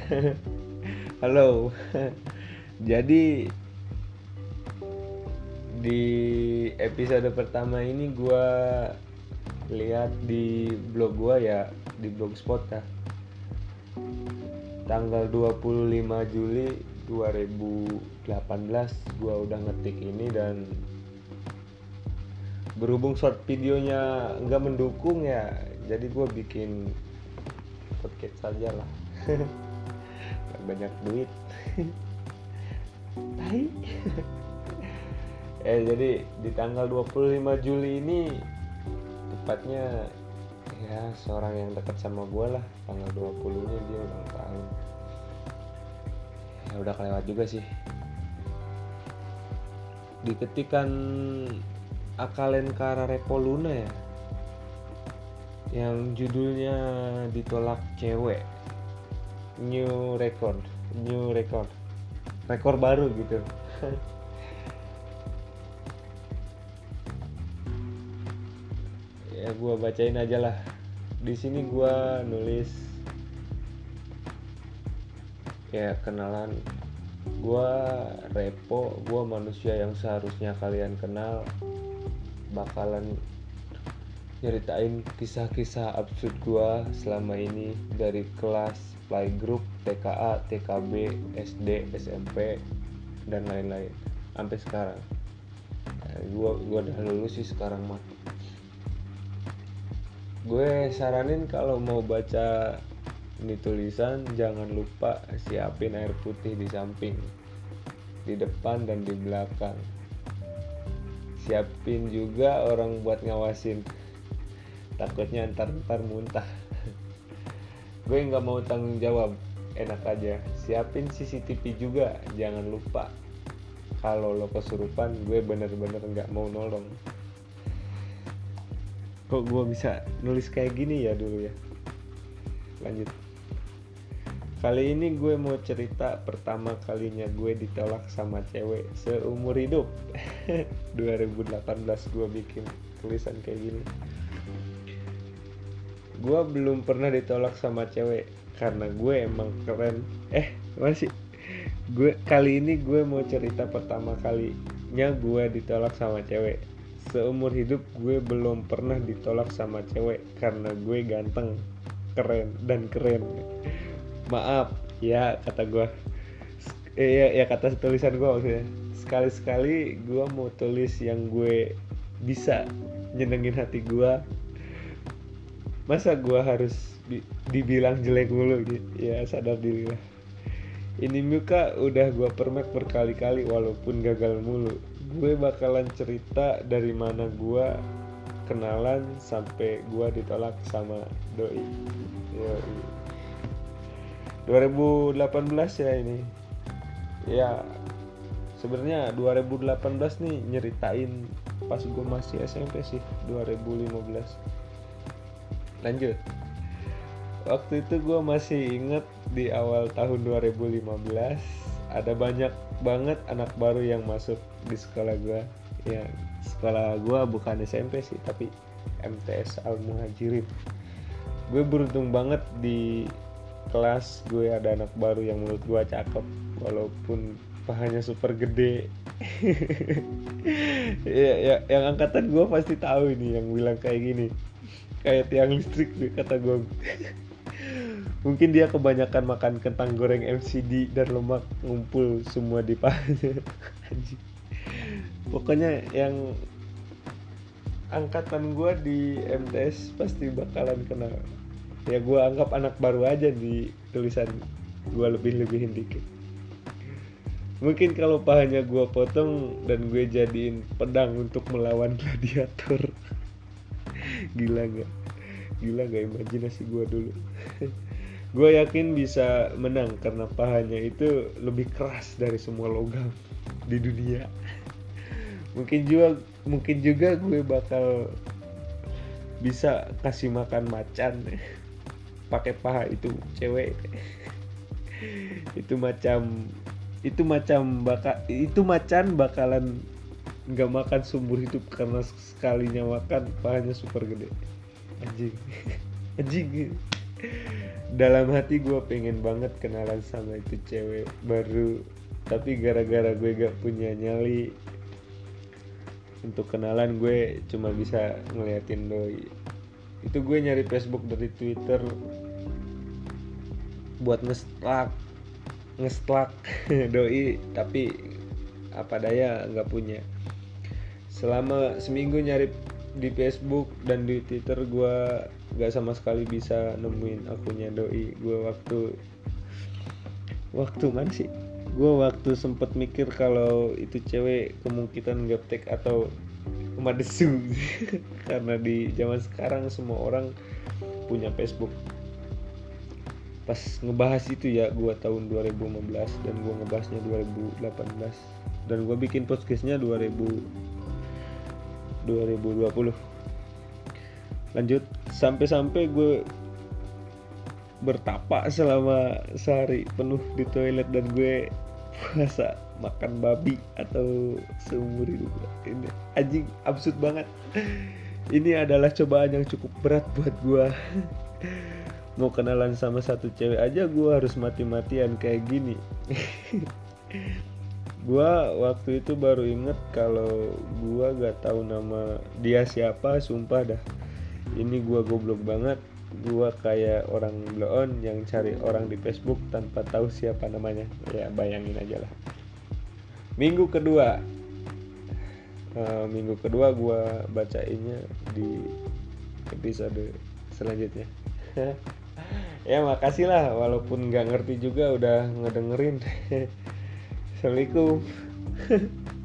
Halo. Jadi di episode pertama ini gue lihat di blog gue ya, di Blogspot ya. Tanggal 25 Juli 2018 gue udah ngetik ini, dan berhubung short videonya nggak mendukung ya, jadi gue bikin podcast saja lah. Gak banyak duit. Tai. Jadi di tanggal 25 Juli ini, tepatnya ya seorang yang dekat sama gue lah, tanggal 20-nya dia ulang tahun. Ya udah kelewat juga sih. Diketikan Akalencara Repoluna ya, yang judulnya ditolak cewek, new record, rekor baru gitu. Ya gue bacain aja lah. Di sini gue nulis ya, kenalan, gue Repo, gue manusia yang seharusnya kalian kenal. Bakalan nyeritain kisah-kisah absurd gue selama ini dari kelas playgroup, TKA, TKB, SD, SMP, dan lain-lain sampai sekarang. Gue udah lulus sih sekarang mah. Gue saranin kalau mau baca ini tulisan, jangan lupa siapin air putih di samping, di depan dan di belakang. Siapin juga orang buat ngawasin, takutnya ntar muntah. Gue nggak mau tanggung jawab, enak aja. Siapin CCTV juga, jangan lupa. Kalau lo kesurupan, gue bener-bener nggak mau nolong. Kok gue bisa nulis kayak gini ya dulu ya. Lanjut. Kali ini gue mau cerita pertama kalinya gue ditolak sama cewek seumur hidup. 2018 gue bikin tulisan kayak gini. Gue belum pernah ditolak sama cewek karena gue emang keren. Kali ini gue mau cerita pertama kalinya gue ditolak sama cewek. Seumur hidup gue belum pernah ditolak sama cewek karena gue ganteng, keren. Maaf ya, kata gue. Ya kata tulisan gue maksudnya. Sekali-sekali gue mau tulis yang gue bisa nyenengin hati gue. Masa gue harus dibilang jelek mulu gitu? Ya sadar diri lah. Ini muka udah gue permek berkali-kali walaupun gagal mulu. Gue bakalan cerita dari mana gue kenalan sampai gue ditolak sama doi. 2018 ya ini. Ya sebenarnya 2018 nih nyeritain pas gue masih SMP sih, 2015. Lanjut. Waktu itu gue masih inget di awal tahun 2015 ada banyak banget anak baru yang masuk di sekolah gue. Ya sekolah gue bukan SMP sih, tapi MTS Al Muhajirin. Gue beruntung banget di kelas gue ada anak baru yang menurut gue cakep walaupun pahanya super gede. ya, yang angkatan gue pasti tahu ini yang bilang kayak gini, kayak tiang listrik deh, kata gue. Mungkin dia kebanyakan makan kentang goreng MCD dan lemak ngumpul semua di pahanya. Pokoknya yang angkatan gue di MTS pasti bakalan kenal. Ya gue anggap anak baru aja di tulisan gue, lebih-lebihin dikit. Mungkin kalau pahanya gue potong dan gue jadiin pedang untuk melawan gladiator. Gila gak imajinasi gue dulu. Gue yakin bisa menang karena pahanya itu lebih keras dari semua logam di dunia. Mungkin juga gue bakal bisa kasih makan macan pakai paha itu cewek. itu macan bakalan nggak makan seumur hidup karena sekalinya makan pahanya super gede. Anjing. Dalam hati gue pengen banget kenalan sama itu cewek baru, tapi gara-gara gue gak punya nyali untuk kenalan, gue cuma bisa ngeliatin doi. Itu gue nyari Facebook dari Twitter buat ngestalk doi, tapi apa daya nggak punya. Selama seminggu nyari di Facebook dan di Twitter, gue nggak sama sekali bisa nemuin akunnya doi. Gue waktu mana sih? Gue waktu sempet mikir kalau itu cewek kemungkinan gaptek atau madesu karena di zaman sekarang semua orang punya Facebook. Pas ngebahas itu ya, gue tahun 2015 dan gue ngebahasnya 2018 dan gue bikin podcastnya 2020. Lanjut, sampai gue bertapa selama sehari penuh di toilet dan gue puasa makan babi atau seumur hidup. Ini anjing absurd banget. Ini adalah cobaan yang cukup berat buat gue. Mau kenalan sama satu cewek aja gue harus mati-matian kayak gini. Gue waktu itu baru inget kalau gue gak tahu nama dia siapa. Sumpah dah, ini gue goblok banget. Gue kayak orang bloon yang cari orang di Facebook tanpa tahu siapa namanya. Ya bayangin aja lah. Minggu kedua gue bacainnya di episode selanjutnya. Ya makasih lah, walaupun gak ngerti juga udah ngedengerin. Assalamualaikum.